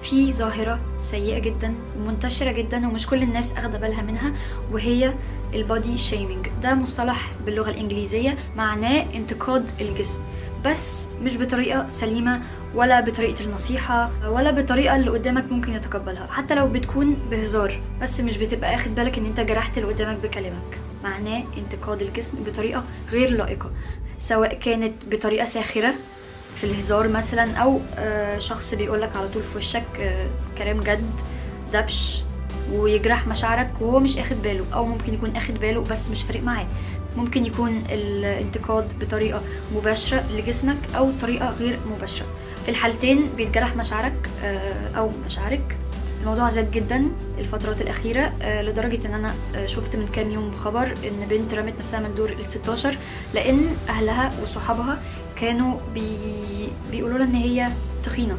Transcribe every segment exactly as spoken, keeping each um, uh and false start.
في ظاهرة سيئة جدا ومنتشرة جدا ومش كل الناس اخده بالها منها، وهي البادي شيمينج. ده مصطلح باللغة الانجليزية معناه انتقاد الجسم، بس مش بطريقة سليمة ولا بطريقة النصيحة ولا بطريقة اللي قدامك ممكن يتقبلها، حتى لو بتكون بهزار بس مش بتبقى اخد بالك ان انت جرحت اللي قدامك بكلامك. معناه انتقاد الجسم بطريقة غير لائقة، سواء كانت بطريقة ساخرة في الهزار مثلا، او شخص بيقولك على طول في وشك كلام جد دبش ويجرح مشاعرك وهو مش اخد باله، او ممكن يكون اخد باله بس مش فارق معاه. ممكن يكون الانتقاد بطريقة مباشرة لجسمك او طريقة غير مباشرة، في الحالتين بيتجرح مشاعرك او مشاعرك. الموضوع زاد جدا الفترات الاخيره لدرجه ان انا شفت من كام يوم خبر ان بنت رمت نفسها من الدور الستاشر لان اهلها وصحابها كانوا بي... بيقولوا لها ان هي تخينه.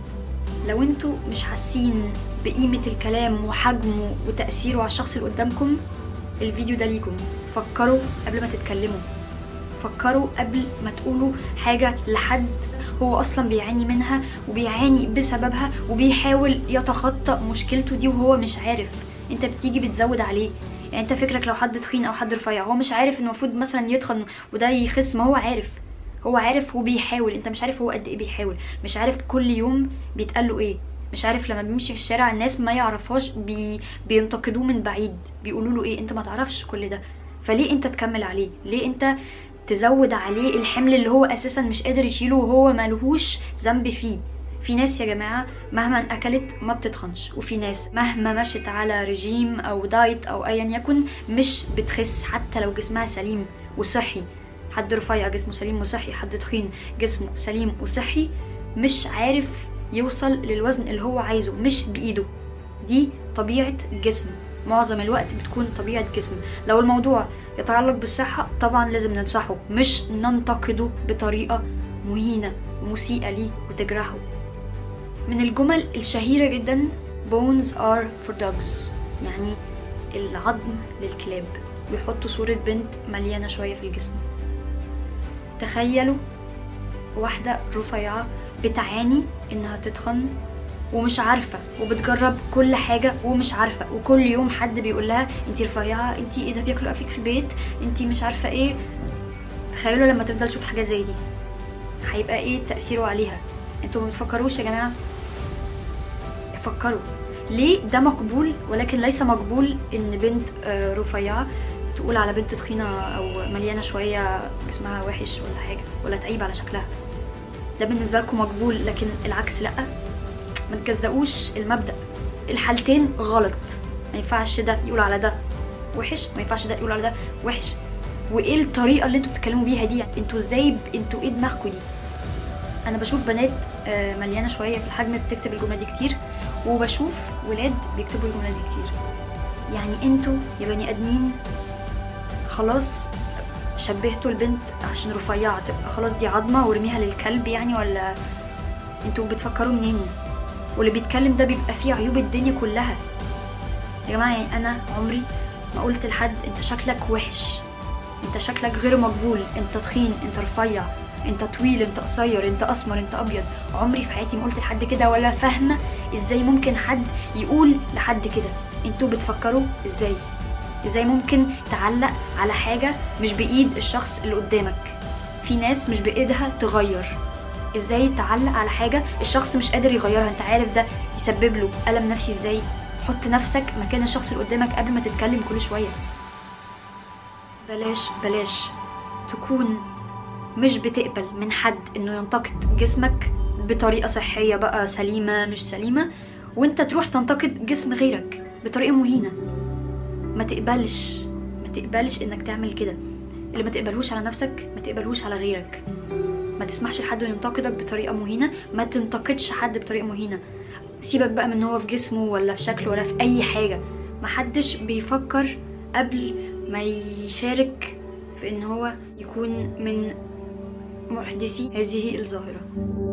لو انتوا مش حاسين بقيمه الكلام وحجمه وتاثيره على الشخص اللي قدامكم، الفيديو ده ليكم. فكروا قبل ما تتكلموا، فكروا قبل ما تقولوا حاجه لحد هو اصلا بيعاني منها وبيعاني بسببها وبيحاول يتخطى مشكلته دي وهو مش عارف. انت بتيجي بتزود عليه. يعني انت فكرك لو حد تخين او حد رفيع هو مش عارف ان المفروض مثلا يتخن وده يخس، ما هو عارف، هو عارف وبيحاول. انت مش عارف هو قد ايه بيحاول، مش عارف كل يوم بيتقاله ايه، مش عارف لما بيمشي في الشارع الناس ما يعرفهاش بي... بينتقدوه من بعيد، بيقولوا له ايه. انت ما تعرفش كل ده، فليه انت تكمل عليه؟ ليه انت تزود عليه الحمل اللي هو اساسا مش قادر يشيله وهو ملهوش ذنب فيه؟ في ناس يا جماعه مهما اكلت ما بتتخنش، وفي ناس مهما مشت على رجيم او دايت او ايا يكن مش بتخس حتى لو جسمها سليم وصحي. حد رفيع جسمه سليم وصحي، حد تخين جسمه سليم وصحي مش عارف يوصل للوزن اللي هو عايزه، مش بايده. دي طبيعه الجسم، معظم الوقت بتكون طبيعه جسم. لو الموضوع يتعلق بالصحة طبعا لازم ننصحه، مش ننتقده بطريقة مهينة ومسيئة ليه وتجرحه. من الجمل الشهيرة جدا bones are for dogs، يعني العظم للكلاب. بيحطوا صورة بنت مليانة شوية في الجسم. تخيلوا واحدة رفيعة بتعاني انها تتخن ومش عارفه، وبتجرب كل حاجه ومش عارفه، وكل يوم حد بيقول لها انتي رفيعه، انتي ايه ده بياكلوا اكلك في البيت، انتي مش عارفه ايه. تخيلوا لما تفضل تشوف حاجه زي دي هيبقى ايه تاثيره عليها. انتوا ما بتفكروش يا جماعه؟ فكروا ليه ده مقبول ولكن ليس مقبول ان بنت رفيعه تقول على بنت تخينه او مليانه شويه جسمها وحش ولا حاجه، ولا تعيب على شكلها؟ ده بالنسبه لكم مقبول، لكن العكس لا. ما تجزئوش المبدأ، الحالتين غلط. ما ينفعش ده يقول على ده وحش، ما ينفعش ده يقول على ده وحش. وايه الطريقه اللي انتوا بتتكلموا بيها دي؟ انتوا ازاي؟ انتوا ايه دماغكم دي؟ انا بشوف بنات مليانه شويه في الحجم بتكتب الجمله دي كتير، وبشوف ولاد بيكتبوا الجمله دي كتير. يعني انتوا يا بني ادمين خلاص شبهتوا البنت عشان رفيعه تبقى خلاص دي عظمه وارميها للكلب يعني؟ ولا انتوا بتفكروا منين؟ واللي بيتكلم ده بيبقى فيه عيوب الدنيا كلها يا جماعه. يعني انا عمري ما قلت لحد انت شكلك وحش، انت شكلك غير مقبول، انت تخين، انت رفيع، انت طويل، انت قصير، انت اسمر، انت ابيض. عمري في حياتي ما قلت لحد كده، ولا فاهمه ازاي ممكن حد يقول لحد كده. انتوا بتفكروا ازاي؟ ازاي ممكن تعلق على حاجه مش بايد الشخص اللي قدامك؟ في ناس مش بايدها تغير. ازاي تعلق على حاجه الشخص مش قادر يغيرها؟ انت عارف ده يسبب له الم نفسي ازاي؟ حط نفسك مكان الشخص اللي قدامك قبل ما تتكلم كل شويه. بلاش بلاش تكون مش بتقبل من حد انه ينتقد جسمك بطريقه صحيه بقى سليمه مش سليمه، وانت تروح تنتقد جسم غيرك بطريقه مهينه. ما تقبلش ما تقبلش انك تعمل كده. اللي ما تقبلهوش على نفسك ما تقبلهوش على غيرك. ما تسمحش لحد ينتقدك بطريقه مهينه، ما تنتقدش حد بطريقه مهينه. سيبك بقى من هو في جسمه ولا في شكله ولا في اي حاجه. محدش بيفكر قبل ما يشارك في ان هو يكون من محدثي هذه الظاهره.